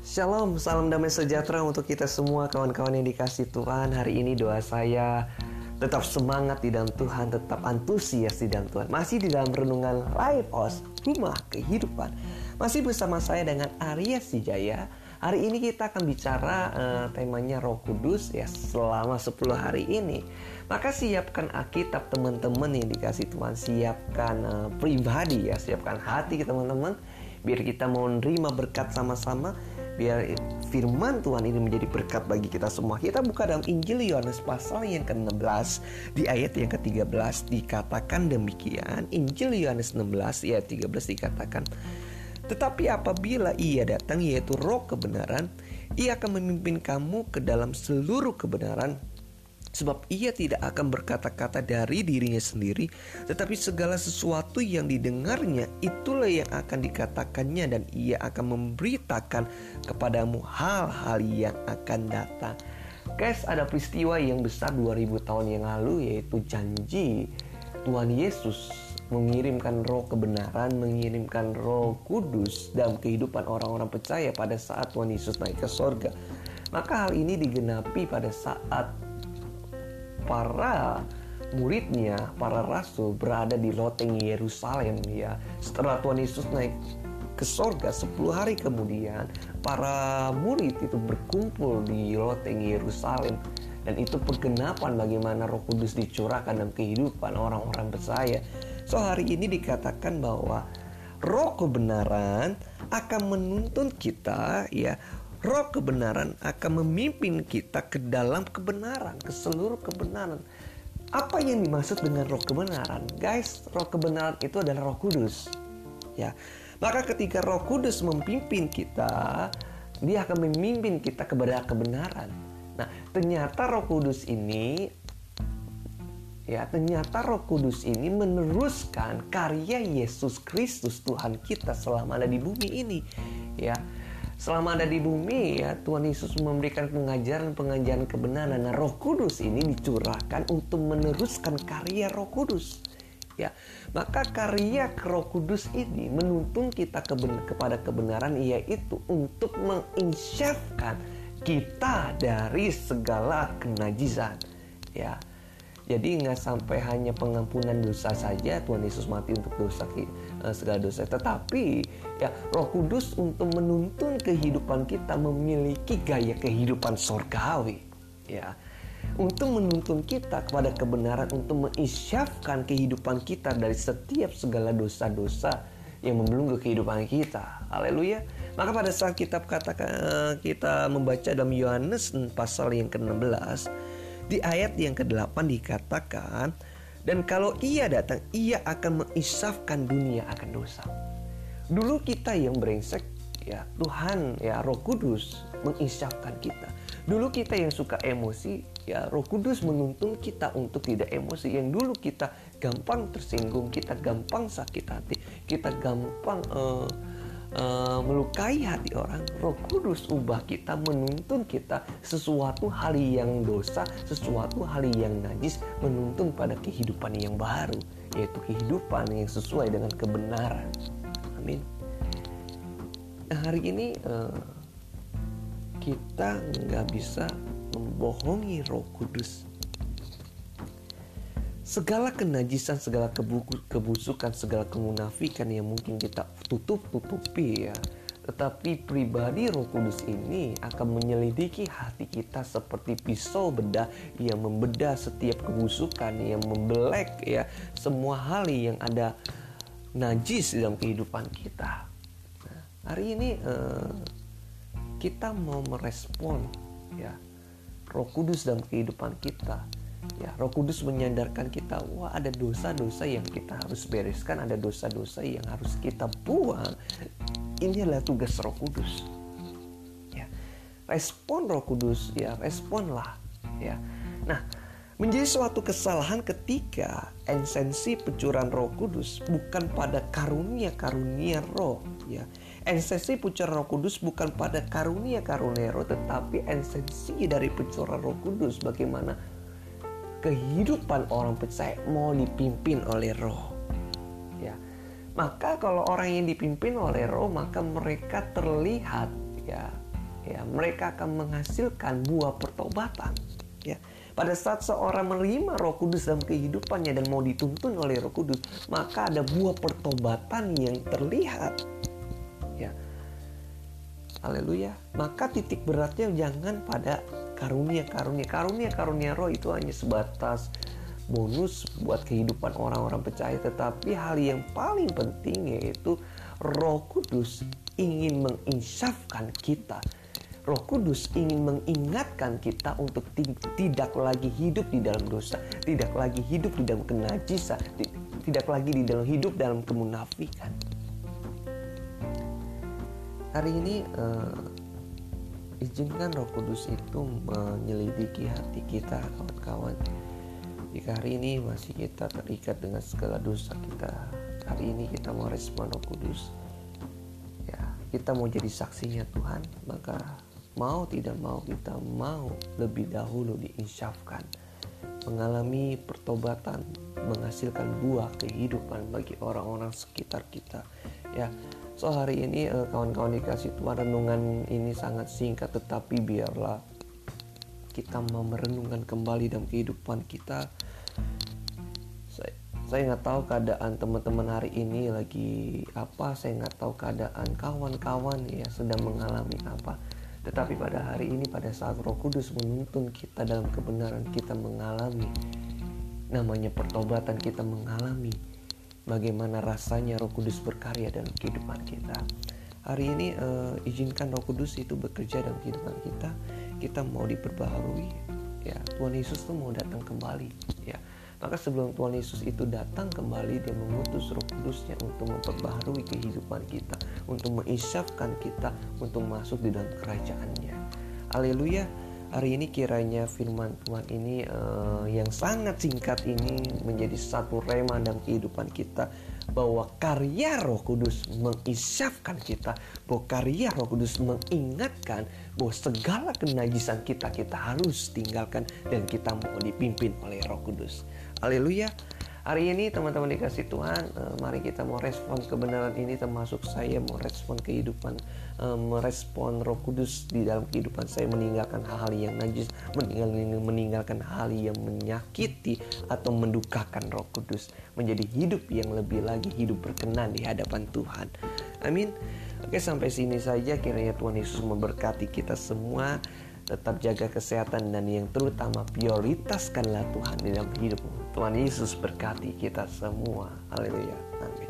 Shalom, salam damai sejahtera untuk kita semua kawan-kawan yang dikasih Tuhan. Hari ini doa saya tetap semangat di dalam Tuhan, tetap antusias di dalam Tuhan. Masih di dalam renungan Life House, Rumah Kehidupan. Masih bersama saya dengan Arya Sijaya. Hari ini kita akan bicara temanya Roh Kudus ya selama 10 hari ini. Maka siapkan Alkitab teman-teman yang dikasih Tuhan. Siapkan pribadi ya, siapkan hati teman-teman. Biar kita mau menerima berkat sama-sama. Biar firman Tuhan ini menjadi berkat bagi kita semua. Kita buka dalam Injil Yohanes pasal yang ke-16 di ayat yang ke-13 dikatakan demikian. Injil Yohanes 16 ayat 13 dikatakan, tetapi apabila ia datang, yaitu Roh kebenaran, ia akan memimpin kamu ke dalam seluruh kebenaran. Sebab ia tidak akan berkata-kata dari dirinya sendiri, tetapi segala sesuatu yang didengarnya itulah yang akan dikatakannya, dan ia akan memberitakan kepadamu hal-hal yang akan datang. Guys, ada peristiwa yang besar 2000 tahun yang lalu, yaitu janji Tuhan Yesus mengirimkan Roh kebenaran, mengirimkan Roh Kudus dalam kehidupan orang-orang percaya pada saat Tuhan Yesus naik ke sorga. Maka hal ini digenapi pada saat para muridnya, para rasul berada di loteng Yerusalem ya. Setelah Tuhan Yesus naik ke sorga, 10 hari kemudian para murid itu berkumpul di loteng Yerusalem. Dan itu pergenapan bagaimana Roh Kudus dicurahkan dalam kehidupan orang-orang percaya. So hari ini dikatakan bahwa Roh kebenaran akan menuntun kita ya. Roh kebenaran akan memimpin kita ke dalam kebenaran, ke seluruh kebenaran. Apa yang dimaksud dengan roh kebenaran? Guys, roh kebenaran itu adalah Roh Kudus. Ya. Maka ketika Roh Kudus memimpin kita, dia akan memimpin kita kepada kebenaran. Nah, ternyata Roh Kudus ini meneruskan karya Yesus Kristus Tuhan kita selama ada di bumi ini, ya. Selama ada di bumi ya, Tuhan Yesus memberikan pengajaran kebenaran. Nah, Roh Kudus ini dicurahkan untuk meneruskan karya Roh Kudus. Ya, maka karya Roh Kudus ini menuntun kita kepada kebenaran, yaitu untuk menginsyafkan kita dari segala kenajisan. Ya. Jadi nggak sampai hanya pengampunan dosa saja Tuhan Yesus mati untuk segala dosa, tetapi ya Roh Kudus untuk menuntun kehidupan kita memiliki gaya kehidupan sorgawi, ya, untuk menuntun kita kepada kebenaran, untuk mengisyafkan kehidupan kita dari setiap segala dosa-dosa yang membelenggu kehidupan kita. Haleluya. Maka pada saat kita membaca dalam Yohanes pasal yang ke-16 di ayat yang ke-8 dikatakan, dan kalau ia datang, ia akan mengisyafkan dunia akan dosa. Dulu kita yang brengsek, ya Tuhan, ya Roh Kudus mengisyafkan kita. Dulu kita yang suka emosi, ya Roh Kudus menuntun kita untuk tidak emosi. Yang dulu kita gampang tersinggung, kita gampang sakit hati, kita gampang melukai hati orang, Roh Kudus ubah kita, menuntun kita sesuatu hal yang dosa, sesuatu hal yang najis, menuntun pada kehidupan yang baru, yaitu kehidupan yang sesuai dengan kebenaran. Amin. Nah, hari ini kita nggak bisa membohongi Roh Kudus. Segala kenajisan, segala kebusukan, segala kemunafikan yang mungkin kita tutupi ya. Tetapi pribadi Roh Kudus ini akan menyelidiki hati kita seperti pisau bedah yang membedah setiap kebusukan, yang membelek ya semua hal yang ada najis dalam kehidupan kita. Nah, hari ini kita mau merespon ya Roh Kudus dalam kehidupan kita. Ya, Roh Kudus menyadarkan kita, wah ada dosa-dosa yang kita harus bereskan, ada dosa-dosa yang harus kita buang. Ini adalah tugas Roh Kudus. Ya, respon Roh Kudus, ya responlah. Ya, nah menjadi suatu kesalahan ketika esensi pencurahan Roh Kudus bukan pada karunia-karunia Roh. Ya, esensi pencurahan Roh Kudus bukan pada karunia-karunia Roh, tetapi esensi dari pencurahan Roh Kudus bagaimana kehidupan orang percaya mau dipimpin oleh Roh. Ya. Maka kalau orang yang dipimpin oleh Roh, maka mereka terlihat ya ya, mereka akan menghasilkan buah pertobatan. Ya, pada saat seorang menerima Roh Kudus dalam kehidupannya dan mau dituntun oleh Roh Kudus, maka ada buah pertobatan yang terlihat. Ya, haleluya. Maka titik beratnya jangan pada karunia roh itu hanya sebatas bonus buat kehidupan orang-orang percaya, tetapi hal yang paling penting yaitu Roh Kudus ingin menginsafkan kita. Roh Kudus ingin mengingatkan kita untuk tidak lagi hidup di dalam dosa, tidak lagi hidup di dalam kenajisan, tidak lagi di dalam hidup dalam kemunafikan. Hari ini izinkan Roh Kudus itu menyelidiki hati kita, kawan-kawan. Jika hari ini masih kita terikat dengan segala dosa kita, hari ini kita mau respon Roh Kudus, ya, kita mau jadi saksinya Tuhan, maka mau tidak mau kita mau lebih dahulu diinsyafkan, mengalami pertobatan, menghasilkan buah kehidupan bagi orang-orang sekitar kita. Ya, so hari ini kawan-kawan dikasih Tuhan, renungan ini sangat singkat, tetapi biarlah kita mau merenungkan kembali dalam kehidupan kita. Saya nggak tahu keadaan teman-teman hari ini lagi apa, saya nggak tahu keadaan kawan-kawan ya sedang mengalami apa. Tetapi pada hari ini, pada saat Roh Kudus menuntun kita dalam kebenaran, kita mengalami namanya pertobatan, kita mengalami bagaimana rasanya Roh Kudus berkarya dalam kehidupan kita. Hari ini izinkan Roh Kudus itu bekerja dalam kehidupan kita. Kita mau diperbaharui, ya, Tuhan Yesus tuh mau datang kembali, ya. Maka sebelum Tuhan Yesus itu datang kembali, Dia mengutus Roh Kudusnya untuk memperbaharui kehidupan kita, untuk mengisyafkan kita untuk masuk di dalam kerajaan-Nya. Haleluya. Hari ini kiranya firman Tuhan ini yang sangat singkat ini menjadi satu rema dalam kehidupan kita, bahwa karya Roh Kudus mengisyafkan kita, bahwa karya Roh Kudus mengingatkan bahwa segala kenajisan kita harus tinggalkan dan kita mau dipimpin oleh Roh Kudus. Haleluya. Hari ini teman-teman dikasih Tuhan, mari kita mau respon kebenaran ini, termasuk saya mau respon kehidupan, merespon Roh Kudus di dalam kehidupan saya, meninggalkan hal-hal yang najis, meninggalkan hal yang menyakiti atau mendukakan Roh Kudus, menjadi hidup yang lebih lagi hidup berkenan di hadapan Tuhan. Amin. Oke, sampai sini saja, kiranya Tuhan Yesus memberkati kita semua. Tetap jaga kesehatan dan yang terutama prioritaskanlah Tuhan di dalam hidupmu. Tuhan Yesus berkati kita semua. Haleluya. Amin.